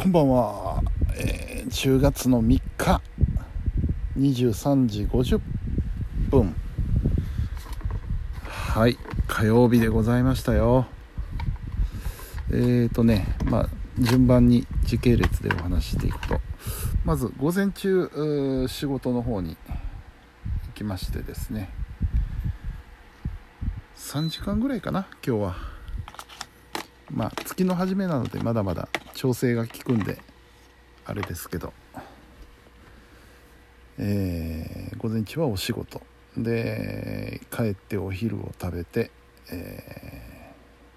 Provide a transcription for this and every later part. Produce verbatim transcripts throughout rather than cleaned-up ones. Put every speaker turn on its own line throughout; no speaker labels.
こんばんは、えー、じゅうがつのみっかにじゅうさんじごじゅっぷん、はい火曜日でございましたよ。えーとねまあ順番に時系列でお話していくと、まず午前中仕事の方に行きましてですね、さんじかんぐらいかな今日は。まあ月の初めなのでまだまだ調整が効くんであれですけど、えー、午前中はお仕事で帰ってお昼を食べて、え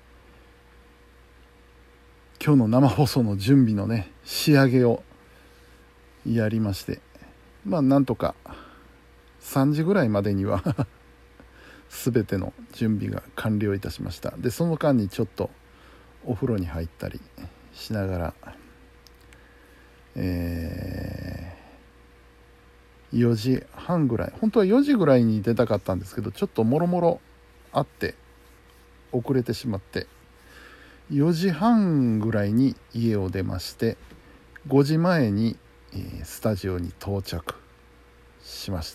ー、今日の生放送の準備のね仕上げをやりまして、まあなんとかさんじぐらいまでには全ての準備が完了いたしました。でその間にちょっとお風呂に入ったりしながら、えー、よじはんぐらい、本当はよじぐらいに出たかったんですけど、ちょっともろもろあって遅れてしまって、よじはんぐらいに家を出まして、ごじまえにスタジオに到着しました。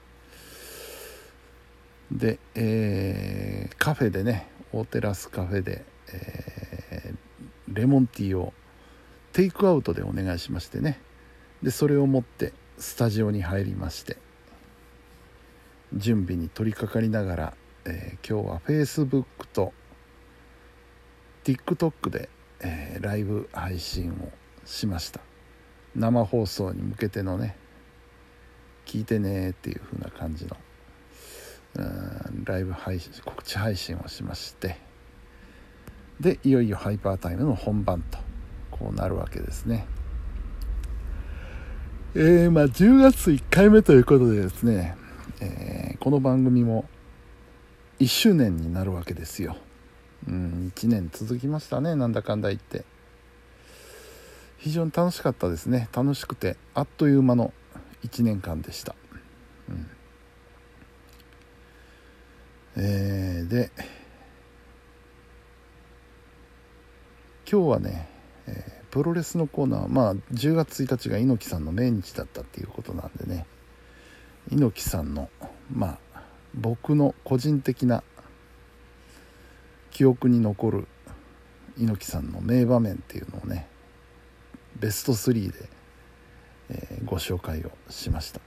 で、えー、カフェでね、大テラスカフェで、えー、レモンティーをテイクアウトでお願いしましてね、でそれを持ってスタジオに入りまして、準備に取り掛かりながら、えー、今日は Facebook と TikTok で、えー、ライブ配信をしました。生放送に向けてのね、聞いてねっていう風な感じのうんライブ配信、告知配信をしまして、でいよいよハイパータイムの本番とこうなるわけですね。えー、まあじゅうがついっかいめということでですね、えー、この番組もいっしゅうねんになるわけですよ。うんいちねん続きましたね、なんだかんだ言って。非常に楽しかったですね。楽しくてあっという間のいちねんかんでした。うんえー、で今日はね、えー、プロレスのコーナー、まあじゅうがつついたちが猪木さんの命日だったっていうことなんでね、猪木さんのまあ僕の個人的な記憶に残る猪木さんの名場面っていうのをね、ベストスリーで、えー、ご紹介をしました。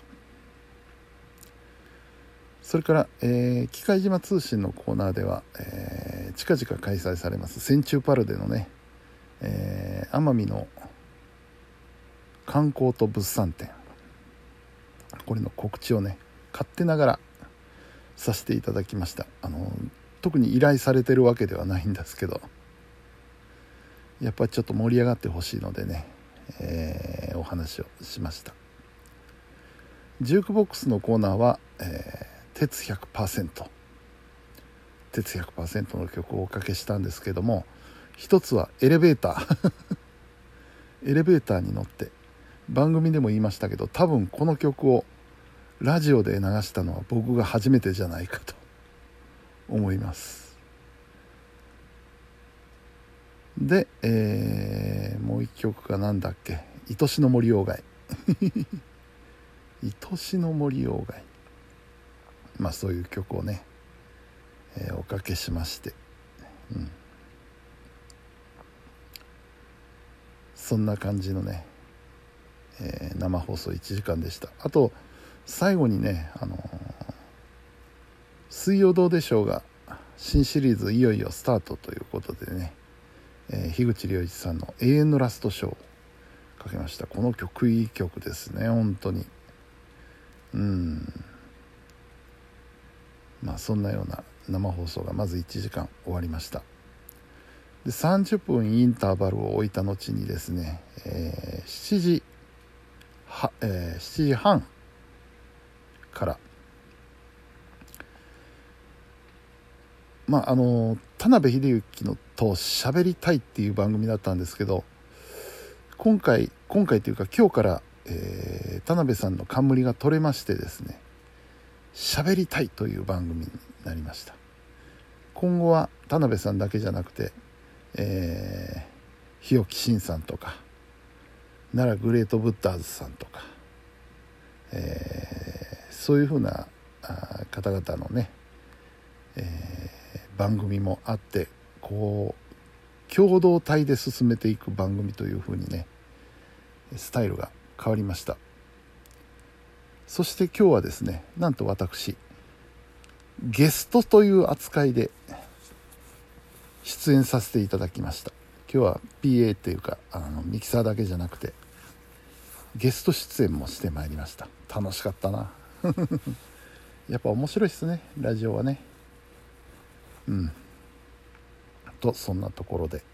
それから、えー、機械島通信のコーナーでは、えー、近々開催されます戦中パルデのね、えー、奄美の観光と物産展、これの告知をね勝手ながらさせていただきました。あの特に依頼されてるわけではないんですけど、やっぱりちょっと盛り上がってほしいのでね、えー、お話をしました。ジュークボックスのコーナーは、えー、鉄 ひゃくパーセント 鉄 ひゃくパーセント の曲をおかけしたんですけども、一つはエレベーターエレベーターに乗って、番組でも言いましたけど、多分この曲をラジオで流したのは僕が初めてじゃないかと思います。で、えー、もう一曲がなんだっけ、愛しの森鴎外愛しの森鴎外、まあそういう曲をね、えー、おかけしまして、うん、そんな感じのね、えー、生放送いちじかんでした。あと最後にね、あのー、水曜どうでしょうが新シリーズいよいよスタートということでね、えー、樋口良一さんの永遠のラストショーをかけました。この曲いい曲ですね、本当に。うんまあそんなような生放送がまずいちじかん終わりました。でさんじゅっぷんインターバルを置いた後にですね、えー、しちじは、えー、しちじはんからまああの田辺秀幸のと喋りたいっていう番組だったんですけど、今回今回というか今日から、えー、田辺さんの冠が取れましてですね、喋りたいという番組になりました。今後は田辺さんだけじゃなくて、えー、日置慎さんとか、 奈良グレートブッダーズさんとか、えー、そういうふうな方々のね、えー、番組もあって、こう共同体で進めていく番組というふうにねスタイルが変わりました。そして今日はですね、なんと私ゲストという扱いで出演させていただきました。今日は ピーエー っていうかあのミキサーだけじゃなくてゲスト出演もしてまいりました。楽しかったなやっぱ面白いですね、ラジオはね。うんとそんなところで、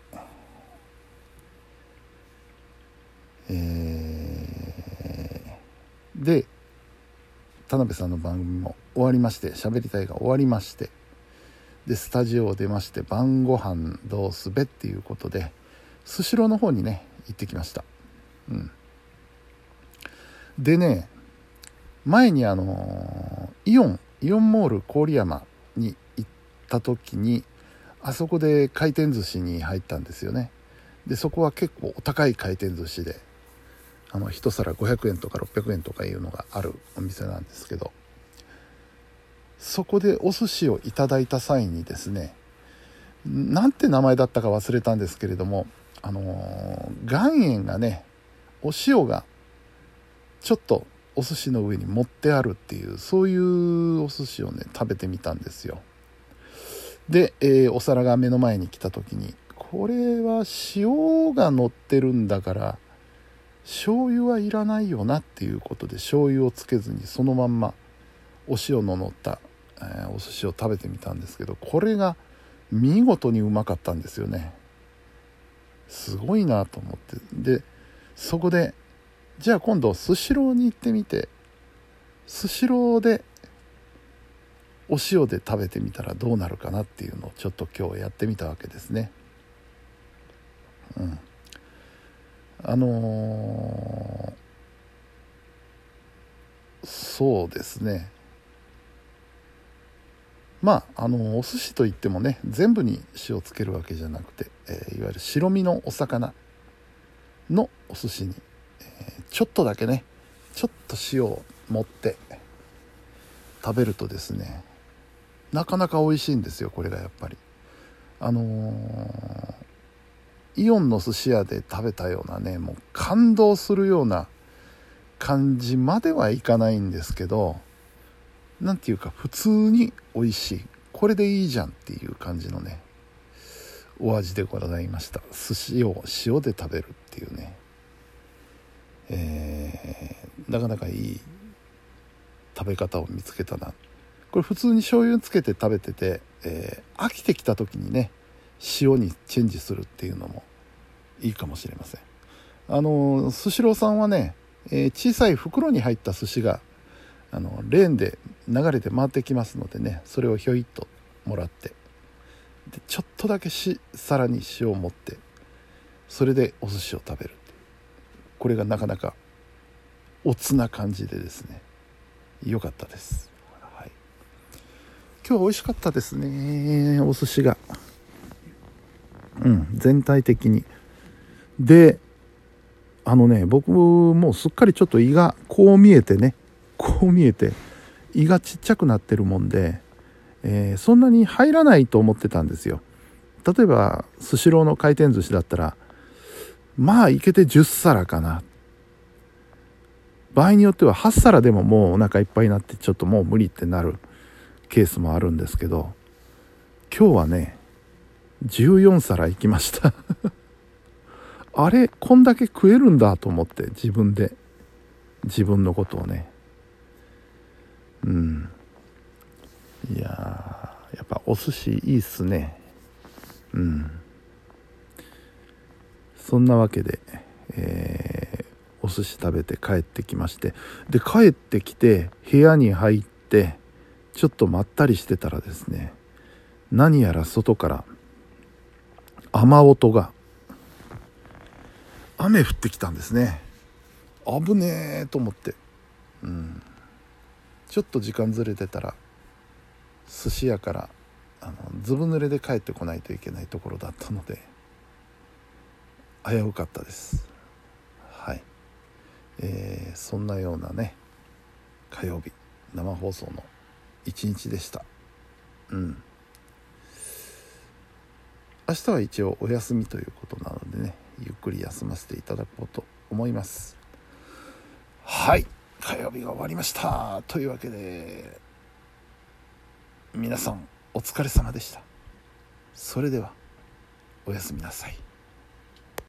えー、で田辺さんの番組も終わりまして、喋りたいが終わりまして、でスタジオを出まして、晩ご飯どうすべっていうことでスシローの方にね行ってきました。うんでね、前にあのイオンイオンモール郡山に行った時にあそこで回転寿司に入ったんですよね。でそこは結構お高い回転寿司で、あの一皿ごひゃくえんとかろっぴゃくえんとかいうのがあるお店なんですけど、そこでお寿司をいただいた際にですね、なんて名前だったか忘れたんですけれども、あの岩塩がね、お塩がちょっとお寿司の上に盛ってあるっていう、そういうお寿司をね食べてみたんですよ。で、えー、お皿が目の前に来た時に、これは塩が乗ってるんだから醤油はいらないよなっていうことで、醤油をつけずにそのまんまお塩の乗った、えー、お寿司を食べてみたんですけど、これが見事にうまかったんですよね。すごいなと思って、でそこでじゃあ今度スシローに行ってみて、スシローでお塩で食べてみたらどうなるかなっていうのをちょっと今日やってみたわけですね。うんあのー、そうですね、まああのお寿司といってもね全部に塩つけるわけじゃなくて、えー、いわゆる白身のお魚のお寿司に、えー、ちょっとだけねちょっと塩を持って食べるとですね、なかなか美味しいんですよ。これがやっぱりあのー、イオンの寿司屋で食べたようなね、もう感動するような感じまではいかないんですけど、なんていうか普通に美味しい、これでいいじゃんっていう感じのねお味でございました。寿司を塩で食べるっていうね、えー、なかなかいい食べ方を見つけたな。これ普通に醤油つけて食べてて、えー、飽きてきた時にね塩にチェンジするっていうのもいいかもしれません。あのスシローさんはね、えー、小さい袋に入った寿司があのレーンで流れて回ってきますのでね、それをひょいっともらって、でちょっとだけしさらに塩を持って、それでお寿司を食べるっていう、これがなかなかおつな感じでですね良かったです。はい、今日は美味しかったですね、お寿司が。うん全体的に。であのね、僕もうすっかりちょっと胃がこう見えてねこう見えて胃がちっちゃくなってるもんで、えー、そんなに入らないと思ってたんですよ。例えばスシローの回転寿司だったらまあいけてじゅっさらかな、場合によってははっさらでももうお腹いっぱいになってちょっともう無理ってなるケースもあるんですけど、今日はねじゅうよんさらいきましたあれこんだけ食えるんだと思って、自分で自分のことをね、うんいややっぱお寿司いいっすね。うんそんなわけで、えー、お寿司食べて帰ってきまして、で帰ってきて部屋に入ってちょっとまったりしてたらですね、何やら外から雨音が、雨降ってきたんですね。危ねえと思って、うん、ちょっと時間ずれてたら寿司屋からあのずぶ濡れで帰ってこないといけないところだったので危うかったです。はい。 えー、そんなようなね火曜日生放送の一日でした。うん明日は一応お休みということなのでね、ゆっくり休ませていただこうと思います。はい、火曜日が終わりましたというわけで、皆さんお疲れ様でした。それではおやすみなさい。